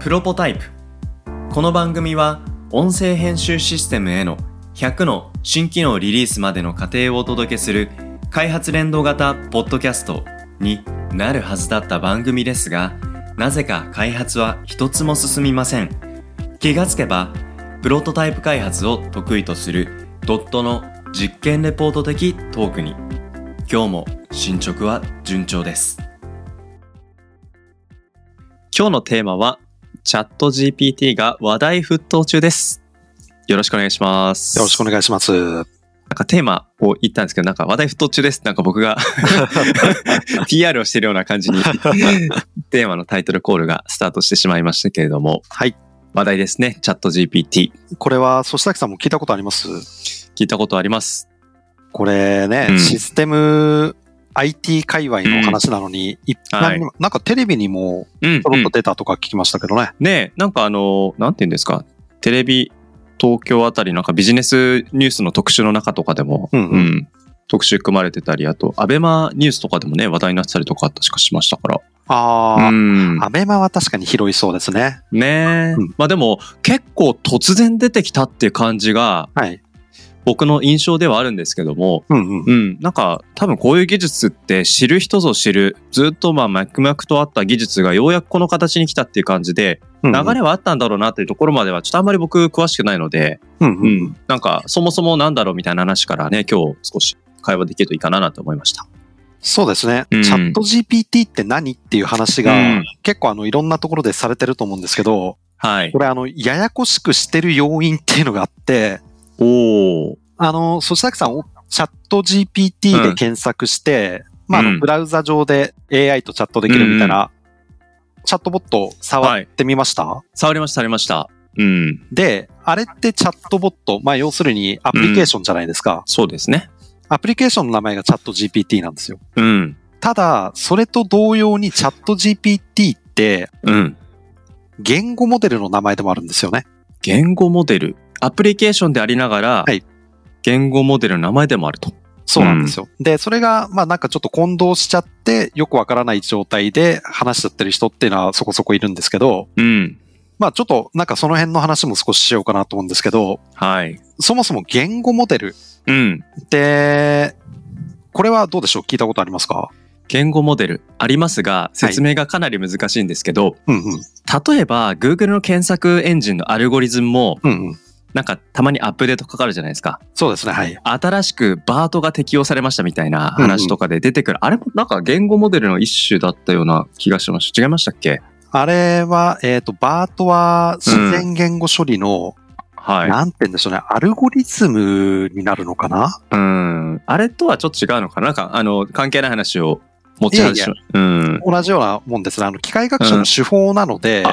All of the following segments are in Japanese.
プロポタイプ。この番組は音声編集システムへの100の新機能リリースまでの過程をお届けする開発連動型ポッドキャストになるはずだった番組ですが、なぜか開発は一つも進みません。気がつけばプロトタイプ開発を得意とするドットの実験レポート的トークに、今日も進捗は順調です。 今日のテーマはチャット GPT が話題沸騰中です。よろしくお願いします。 よろしくお願いします。 なんかテーマを言ったんですけど、なんか話題沸騰中です。なんか僕がPR をしているような感じにテーマのタイトルコールがスタートしてしまいましたけれども、 はい。 話題ですね。チャット GPT。 これは粗崎さんも聞いたことあります？ 聞いたことあります。 これね、システム IT 界隈の話なのに、一般にも、なんかテレビにもちょろっと出たとか聞きましたけどね。 ねえ、なんかなんていうんですか、テレビ東京あたりなんかビジネスニュースの特集の中とかでも、特集組まれてたり、あとアベマニュースとかでもね話題になってたりとか確かしましたから。 アベマは確かに拾いそうですね。 ねえ、まあでも結構突然出てきたっていう感じが、はい、僕の印象ではあるんですけども、なんか多分こういう技術って知る人ぞ知る、ずっと脈々とあった技術がようやくこの形に来たっていう感じで、流れはあったんだろうなっていうところまではちょっとあんまり僕詳しくないので、なんかそもそもなんだろうみたいな話からね、今日少し会話できるといいかなと思いました。 そうですね。チャット GPT って何っていう話が、結構いろんなところでされてると思うんですけど、はい、これややこしくしてる要因っていうのがあって、粗崎さん、チャット GPT で検索して、ブラウザ上で AI とチャットできるみたいな、チャットボット触ってみました？はい、 触りました。 で、あれってチャットボット、要するにアプリケーションじゃないですか。 そうですね。 アプリケーションの名前がチャット GPT なんですよ。ただ、それと同様にチャット GPT って、言語モデルの名前でもあるんですよね。 言語モデル。アプリケーションでありながら、言語モデルの名前でもあると。 そうなんですよ。で、それが、なんかちょっと混同しちゃって、よくわからない状態で話しちゃってる人っていうのはそこそこいるんですけど、ちょっとなんかその辺の話も少ししようかなと思うんですけど、そもそも言語モデルで、これはどうでしょう？聞いたことありますか？ 言語モデルありますが、説明がかなり難しいんですけど、例えば Google の検索エンジンのアルゴリズムも、なんかたまにアップデートかかるじゃないですか。 そうですね。はい。 新しくバートが適用されましたみたいな話とかで出てくる。あれもなんか言語モデルの一種だったような気がしました。違いましたっけ？ あれは、バートは自然言語処理の、なんて言うんでしょうね、アルゴリズムになるのかな？ あれとはちょっと違うのかな？なんか、関係ない話を持ち出し、 同じようなもんですね。機械学習の手法なので、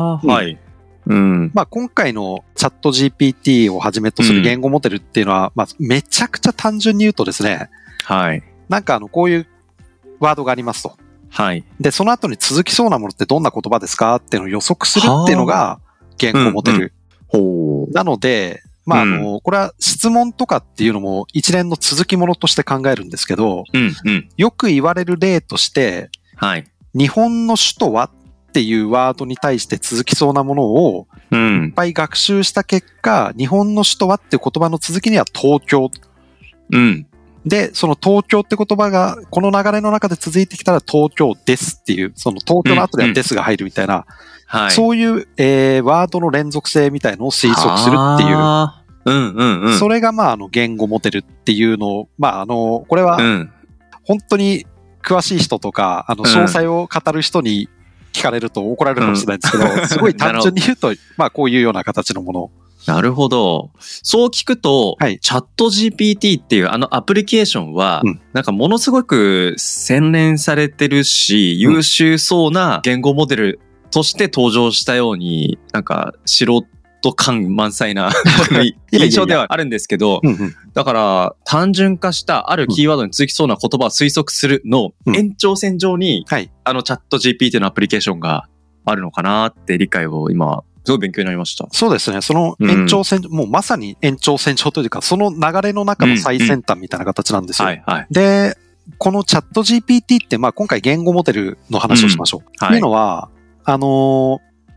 今回のチャット GPT をはじめとする言語モデルっていうのは、めちゃくちゃ単純に言うとですね、なんかこういうワードがありますと。で、その後に続きそうなものってどんな言葉ですかっていうのを予測するっていうのが言語モデル。なので、これは質問とかっていうのも一連の続きものとして考えるんですけど、よく言われる例として、日本の首都はっていうワードに対して続きそうなものをいっぱい学習した結果、日本の首都はっていう言葉の続きには東京。で、その東京って言葉がこの流れの中で続いてきたら東京ですっていう、その東京の後ではですが入るみたいな、そういう、ワードの連続性みたいのを推測するっていう。それが言語モデルっていうのを、これは本当に詳しい人とか、詳細を語る人に聞かれると怒られるかもしれないんですけど、すごい単純に言うと、こういうような形のもの。 なるほど。そう聞くと、チャット GPT っていうアプリケーションは、なんかものすごく洗練されてるし、優秀そうな言語モデルとして登場したように、なんか素人感満載な印象ではあるんですけど、だから単純化したあるキーワードに続きそうな言葉を推測するの延長線上に、チャット GPT のアプリケーションがあるのかなって理解を今、すごい勉強になりました。 そうですね。その延長線、もうまさに延長線上というか、その流れの中の最先端みたいな形なんですよ。で、このチャット GPT って、今回言語モデルの話をしましょう。というのは、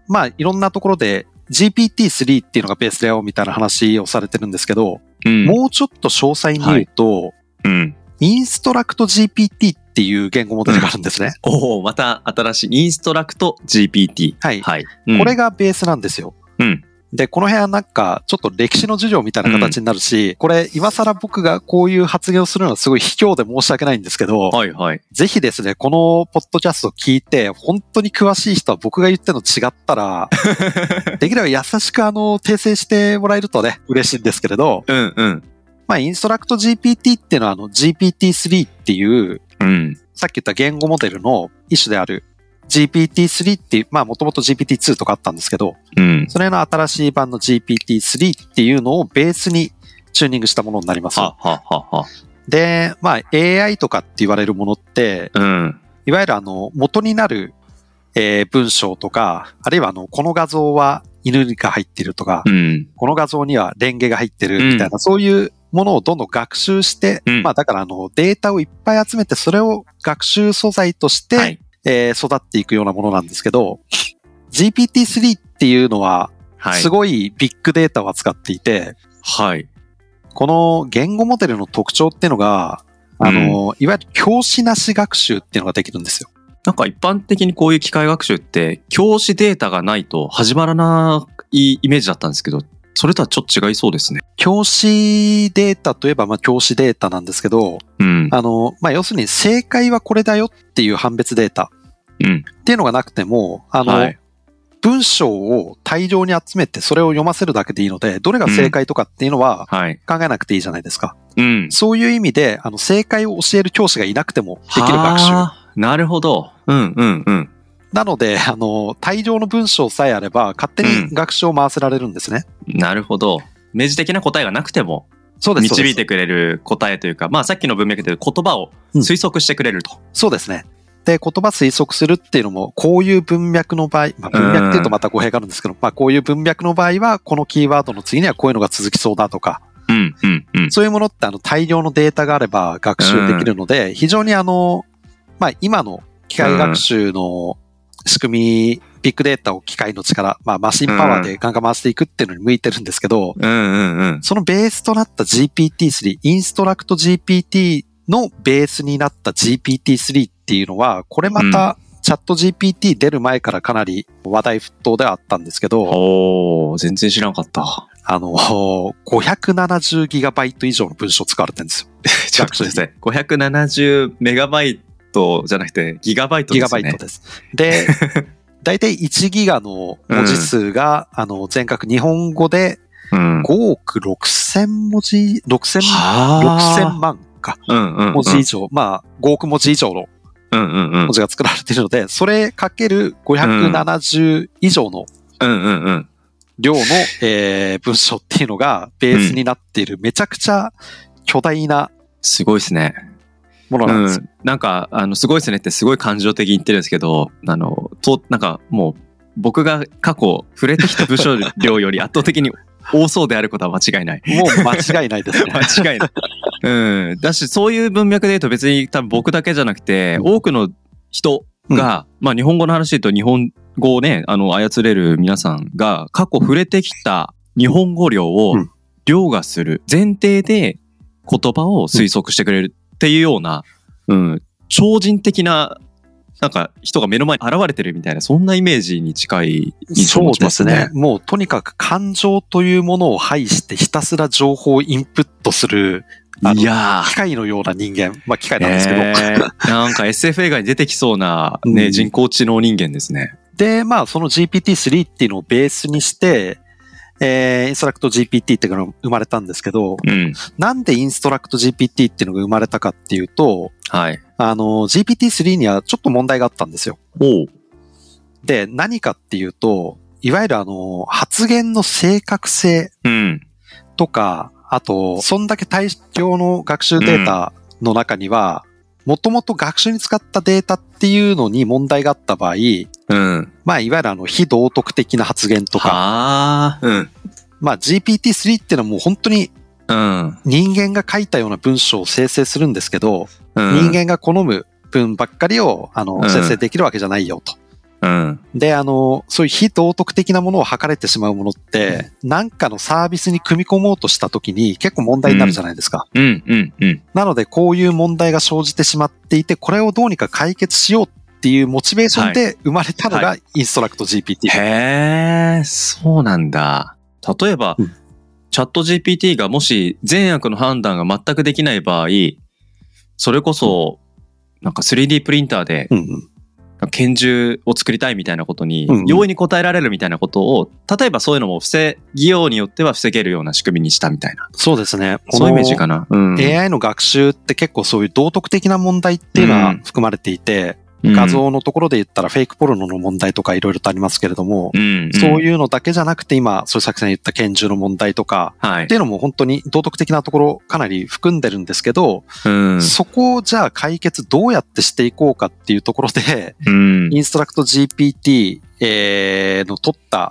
まあいろんなところで GPT-3 っていうのがベースだよみたいな話をされてるんですけど、もうちょっと詳細に言うと、インストラクト GPT っていう言語モデルがあるんですね。 おお、また新しいインストラクト GPT。 はい。これがベースなんですよ。で、この辺はなんか、ちょっと歴史の授業みたいな形になるし、これ、今更僕がこういう発言をするのはすごい卑怯で申し訳ないんですけど、ぜひですね、このポッドキャストを聞いて、本当に詳しい人は僕が言ってるの違ったら、できれば優しく訂正してもらえるとね、嬉しいんですけれど、まあ、インストラクト GPT っていうのはGPT-3 っていう、さっき言った言語モデルの一種である、GPT-3 っていう、まあもともと GPT-2 とかあったんですけど、それの新しい版の GPT-3 っていうのをベースにチューニングしたものになります。で、まあ AI とかって言われるものって、いわゆる元になる、文章とか、あるいはこの画像は犬が入ってるとか、この画像にはレンゲが入ってるみたいな、そういうものをどんどん学習して、まあだからデータをいっぱい集めて、それを学習素材として、育っていくようなものなんですけど、GPT-3 っていうのは、すごいビッグデータを扱っていて、この言語モデルの特徴っていうのが、いわゆる教師なし学習っていうのができるんですよ。 なんか一般的にこういう機械学習って、教師データがないと始まらないイメージだったんですけど、それとはちょっと違いそうですね。 教師データといえば、まあ教師データなんですけど、まあ要するに正解はこれだよっていう判別データっていうのがなくても、文章を大量に集めてそれを読ませるだけでいいので、どれが正解とかっていうのは考えなくていいじゃないですか。そういう意味で、正解を教える教師がいなくてもできる学習。 なるほど。 なので、大量の文章さえあれば、勝手に学習を回せられるんですね。 なるほど。明示的な答えがなくても、導いてくれる答えというか、まあさっきの文脈で言葉を推測してくれると。 そうですね。で、言葉推測するっていうのも、こういう文脈の場合、まあ文脈っていうとまた語弊があるんですけど、まあこういう文脈の場合は、このキーワードの次にはこういうのが続きそうだとか、そういうものって大量のデータがあれば学習できるので、非常にまあ今の機械学習の仕組み、ビッグデータを機械の力、まあマシンパワーでガンガン回していくっていうのに向いてるんですけど、そのベースとなった GPT-3、インストラクト GPT のベースになった GPT-3 っていうのは、これまたチャット GPT 出る前からかなり話題沸騰ではあったんですけど、 全然知らなかった。 570GB 以上の文章使われてるんですよ。 ちょっとですね、570メガバイトじゃなくてギガバイトですね。 ギガバイトです。で、だいたい1ギガの文字数が、全角日本語で5億6000文字、6000万か。文字以上、まあ5億文字以上の文字が作られているので、それかける570以上の量の、文章っていうのがベースになっている、めちゃくちゃ巨大な。 すごいですね。 ものなんです。 なんか、すごいですねってすごい感情的に言ってるんですけど、なんかもう、僕が過去触れてきた文章量より圧倒的に多そうであることは間違いない。 もう間違いないですね。 間違いない。だし、そういう文脈で言うと別に多分僕だけじゃなくて、多くの人が、まあ日本語の話で言うと日本語をね、操れる皆さんが過去触れてきた日本語量を凌駕する前提で言葉を推測してくれるっていうような、超人的ななんか人が目の前に現れてるみたいな、そんなイメージに近い印象を持ちますね。 そうですね。もうとにかく感情というものを排してひたすら情報をインプットする、機械のような人間。まあ機械なんですけど。 なんか SF 映画に出てきそうなね、人工知能人間ですね。 で、まあその GPT-3 っていうのをベースにして、インストラクト GPT っていうのが生まれたんですけど、なんでインストラクト GPT っていうのが生まれたかっていうと、GPT-3 にはちょっと問題があったんですよ。で、何かっていうと、いわゆる発言の正確性とか、あと、そんだけ大量の学習データの中には、もともと学習に使ったデータっていうのに問題があった場合、まあ、いわゆる非道徳的な発言とか、まあ、GPT-3 っていうのはもう本当に、人間が書いたような文章を生成するんですけど、人間が好む文ばっかりを生成できるわけじゃないよと。 うん。 で、そういう非道徳的なものを測れてしまうものって、なんかのサービスに組み込もうとしたときに結構問題になるじゃないですか。なので、こういう問題が生じてしまっていて、これをどうにか解決しようっていうモチベーションで生まれたのがインストラクト GPT。 へー、そうなんだ。例えば、チャット GPT がもし善悪の判断が全くできない場合、それこそ、なんか 3D プリンターで、拳銃を作りたいみたいなことに容易に答えられるみたいなことを、例えばそういうのも防ぎようによっては防げるような仕組みにしたみたいな。 そうですね。 そういうイメージかな。 AI の学習って結構そういう道徳的な問題っていうのは含まれていて、画像のところで言ったらフェイクポルノの問題とかいろいろとありますけれども、そういうのだけじゃなくて今、そういう作戦言った拳銃の問題とか、っていうのも本当に道徳的なところかなり含んでるんですけど、そこをじゃあ解決どうやってしていこうかっていうところで、インストラクト GPT の取った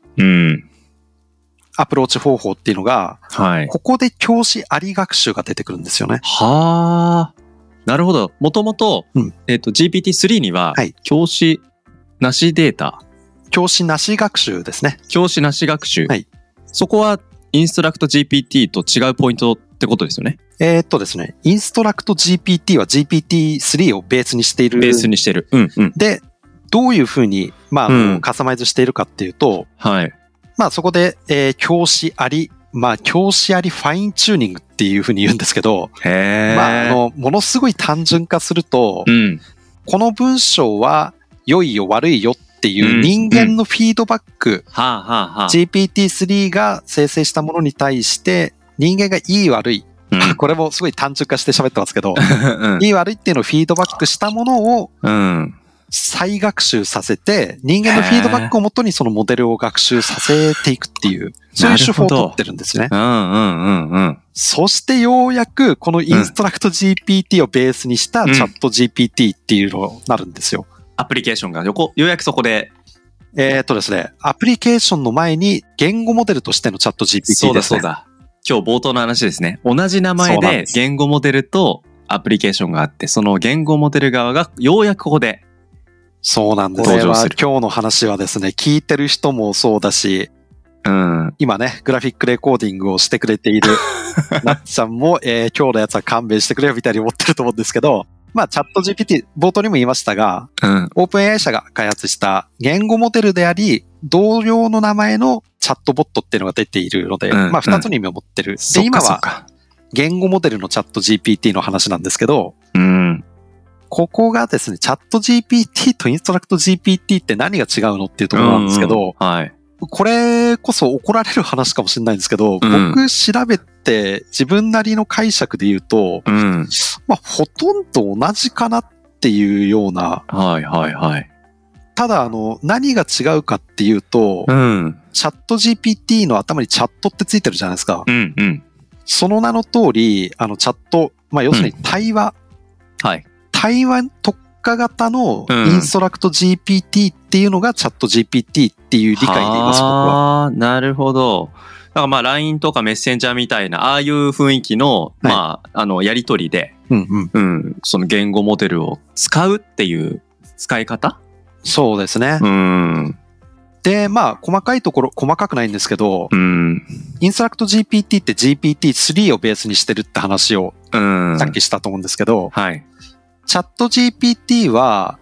アプローチ方法っていうのが、ここで教師あり学習が出てくるんですよね。 はあ。なるほど。もともと、GPT-3 には、教師なしデータ。 教師なし学習ですね。 教師なし学習。そこは、インストラクト GPT と違うポイントってことですよね。 ですね。インストラクト GPT は GPT-3 をベースにしている。 ベースにしてる。 で、どういうふうに、カスタマイズしているかっていうと、そこで、教師あり、教師ありファインチューニングっていうふうに言うんですけど、ものすごい単純化すると、この文章は良いよ悪いよっていう人間のフィードバック、GPT-3 が生成したものに対して人間がいい悪い、これもすごい単純化して喋ってますけど、いい悪いっていうのをフィードバックしたものを、再学習させて、人間のフィードバックをもとにそのモデルを学習させていくっていう、そういう手法を取ってるんですね。そしてようやくこのインストラクト GPT をベースにしたチャット GPT っていうのになるんですよ。 アプリケーションがようやくそこで。 ですね、アプリケーションの前に言語モデルとしてのチャット GPT ですね。 そうだ。今日冒頭の話ですね。同じ名前で言語モデルとアプリケーションがあって、その言語モデル側がようやくここでそうなんです。これは今日の話はですね、聞いてる人もそうだし、今ね、グラフィックレコーディングをしてくれているなっちゃんも、今日のやつは勘弁してくれよみたいに思ってると思うんですけど、チャット GPT、冒頭にも言いましたが、オープン AI 社が開発した言語モデルであり、同様の名前のチャットボットっていうのが出ているので、二つの意味を持ってる。で、今は言語モデルのチャット GPT の話なんですけど、ここがですね、チャット GPT とインストラクト GPT って何が違うのっていうところなんですけど、これこそ怒られる話かもしれないんですけど、僕調べて自分なりの解釈で言うと、ほとんど同じかなっていうような。ただ、何が違うかっていうと、チャット GPT の頭にチャットってついてるじゃないですか。その名の通り、チャット、要するに対話。対話特化型のインストラクト GPT っていうのがチャット GPT っていう理解でいます、僕は。 なるほど。だからLINE とかメッセンジャーみたいな、ああいう雰囲気の、やりとりで、その言語モデルを使うっていう使い方？ そうですね。で、細かいところ、細かくないんですけど、インストラクト GPT って GPT-3 をベースにしてるって話をさっきしたと思うんですけど、チャット GPT は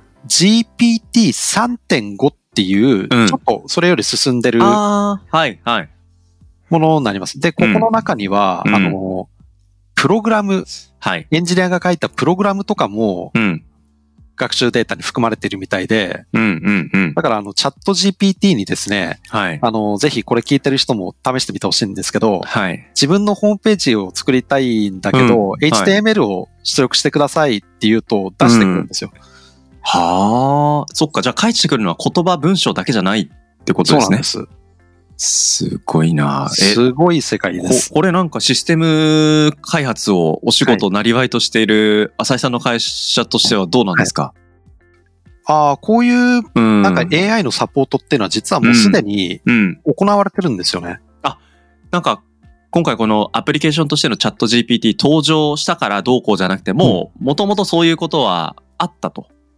GPT3.5 っていう、ちょっとそれより進んでるものになります。で、ここの中には、プログラム、エンジニアが書いたプログラムとかも、学習データに含まれているみたいで、だからチャット GPT にですね、ぜひこれ聞いてる人も試してみてほしいんですけど、自分のホームページを作りたいんだけど、HTML を出力してくださいって言うと出してくるんですよ。 そっか、じゃあ返してくるのは言葉文章だけじゃないってことですね。 そうなんです。 すごいな。 すごい世界です。 これなんかシステム開発をお仕事なりわいとしている浅井さんの会社としてはどうなんですか？ こういうなんか AI のサポートっていうのは実はもうすでに行われてるんですよね。 なんか今回このアプリケーションとしてのチャット GPT 登場したからどうこうじゃなくてもともとそういうことはあったと。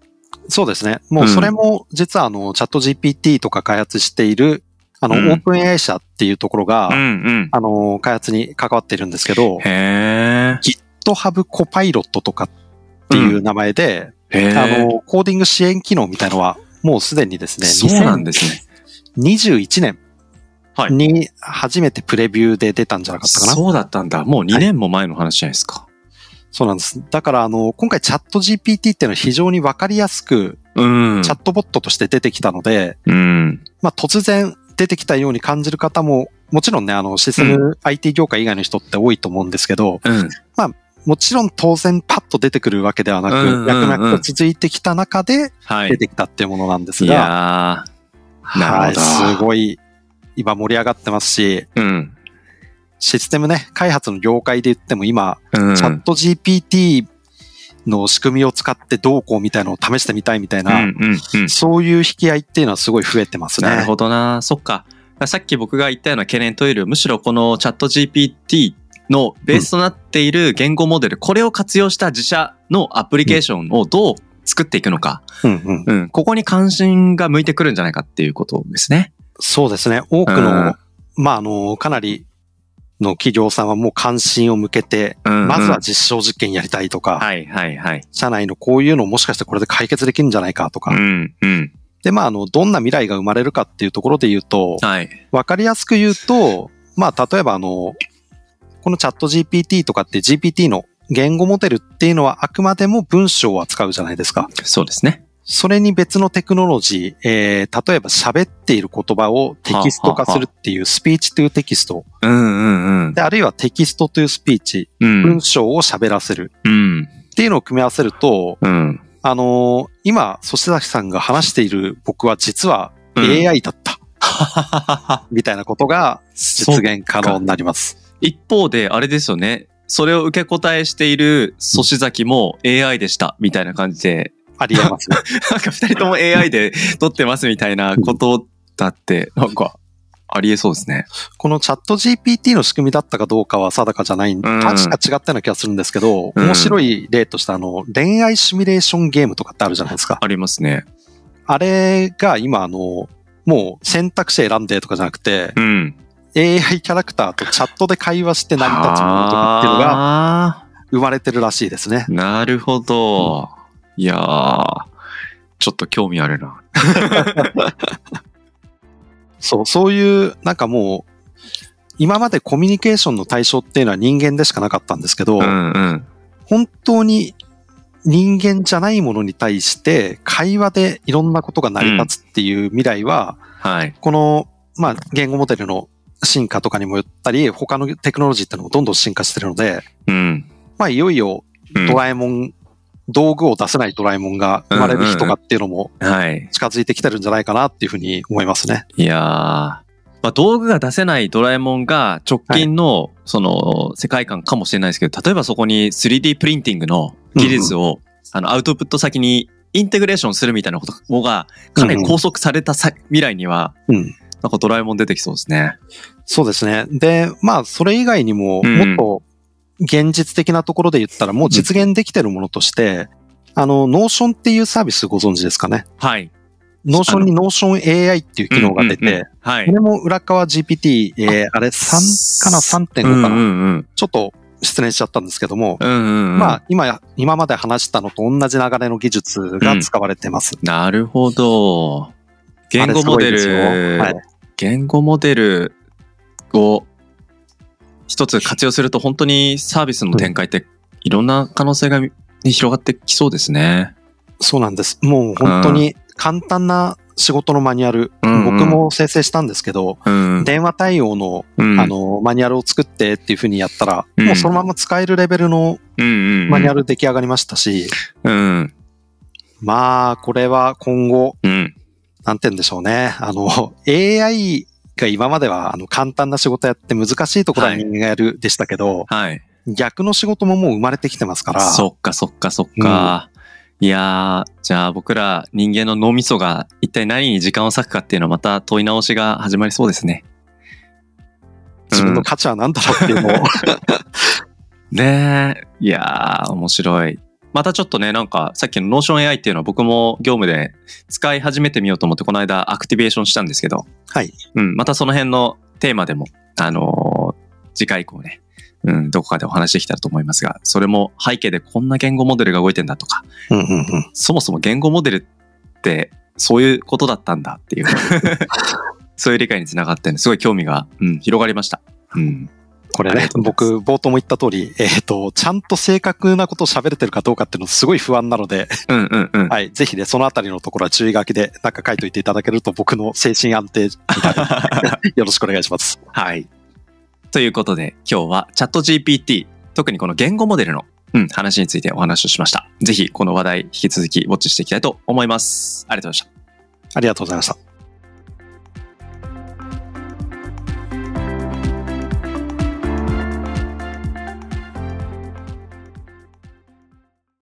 そうですね。もうそれも実はチャット GPT とか開発しているオープン AI 社っていうところが、開発に関わっているんですけど、GitHub Copilot とかっていう名前で、コーディング支援機能みたいのはもうすでにですね、 そうなんですね。 2021年に初めてプレビューで出たんじゃなかったかな。 そうだったんだ。もう2年も前の話じゃないですか。 そうなんです。だから今回チャット GPT っていうのは非常にわかりやすく、チャットボットとして出てきたので、まあ突然出てきたように感じる方も、もちろんね、システム IT 業界以外の人って多いと思うんですけど、まあもちろん当然パッと出てくるわけではなく、脈々と続いてきた中で出てきたっていうものなんですが、はい、すごい今盛り上がってますし、システムね、開発の業界で言っても今、チャット GPT の仕組みを使ってどうこうみたいなのを試してみたいみたいな、そういう引き合いっていうのはすごい増えてますね。 なるほどな。そっか。さっき僕が言ったような懸念というより、むしろこのチャット GPT のベースとなっている言語モデル、これを活用した自社のアプリケーションをどう作っていくのか、ここに関心が向いてくるんじゃないかっていうことですね。 そうですね。多くの、まあかなりの企業さんはもう関心を向けて、まずは実証実験やりたいとか、社内のこういうのをもしかしてこれで解決できるんじゃないかとか、で、まあどんな未来が生まれるかっていうところで言うと、わかりやすく言うと、まあ例えばこのチャット GPT とかって GPT の言語モデルっていうのはあくまでも文章を扱うじゃないですか。 そうですね。 それに別のテクノロジー、例えば喋っている言葉をテキスト化するっていうスピーチトゥーテキスト。で、あるいはテキストトゥースピーチ、文章を喋らせる。っていうのを組み合わせると、今、粗崎さんが話している僕は実は AI だった。みたいなことが実現可能になります。 一方で、あれですよね。それを受け答えしている粗崎も AI でしたみたいな感じで。 ありえますね。 なんか二人とも AI で撮ってますみたいなことだって、なんかありえそうですね。 このチャット GPT の仕組みだったかどうかは定かじゃない、確か違ったような気がするんですけど、面白い例として恋愛シミュレーションゲームとかってあるじゃないですか。 ありますね。 あれが今もう選択肢選んでとかじゃなくて、AI キャラクターとチャットで会話して成り立つものとかっていうのが生まれてるらしいですね。 なるほど。いやー、ちょっと興味あるな。 そういう、なんかもう、今までコミュニケーションの対象っていうのは人間でしかなかったんですけど、本当に人間じゃないものに対して会話でいろんなことが成り立つっていう未来は、この、まあ、言語モデルの進化とかにもよったり、他のテクノロジーってのもどんどん進化してるので、まあ、いよいよドラえもん、道具を出せないドラえもんが生まれる日とかっていうのも近づいてきてるんじゃないかなっていうふうに思いますね。 いやー、まあ、道具が出せないドラえもんが直近のその世界観かもしれないですけど、例えばそこに 3D プリンティングの技術をアウトプット先にインテグレーションするみたいなことがかなり拘束された未来には、なんかドラえもん出てきそうですね。 そうですね。で、まあそれ以外にももっと現実的なところで言ったらもう実現できてるものとして、ノーションっていうサービスご存知ですかね。 はい。 ノーションにノーション AI っていう機能が出て、これも裏側 GPT、あれ3かな 3.5 かな、ちょっと失念しちゃったんですけども、まあ今まで話したのと同じ流れの技術が使われてます。 なるほど。言語モデル、言語モデルを一つ活用すると本当にサービスの展開っていろんな可能性が広がってきそうですね。 そうなんです。もう本当に簡単な仕事のマニュアル、僕も生成したんですけど、電話対応の、マニュアルを作ってっていう風にやったら、もうそのまま使えるレベルのマニュアル出来上がりましたし、まあこれは今後、なんて言うんでしょうね。AI が今までは簡単な仕事やって難しいところは人間がやるでしたけど、逆の仕事ももう生まれてきてますから。 そっか。いやー、じゃあ僕ら人間の脳みそが一体何に時間を割くかっていうのはまた問い直しが始まりそうですね。 自分の価値は何だろうっていうのを。 ねえ、いやー、面白い。 またちょっとね、なんかさっきの Notion AI っていうのは僕も業務で使い始めてみようと思ってこの間アクティベーションしたんですけど、 はい。 またその辺のテーマでも、次回以降ね、どこかでお話できたらと思いますが、それも背景でこんな言語モデルが動いてんだとか、そもそも言語モデルってそういうことだったんだっていうそういう理解につながってすごい興味が、広がりました。 これね、僕冒頭も言った通り、ちゃんと正確なことを喋れてるかどうかっていうのすごい不安なので、はい、ぜひね、そのあたりのところは注意書きでなんか書いといていただけると僕の精神安定になるよろしくお願いします。 はい。ということで今日はチャット GPT、特にこの言語モデルの、話についてお話をしました。ぜひこの話題引き続きウォッチしていきたいと思います。ありがとうございました。 ありがとうございました。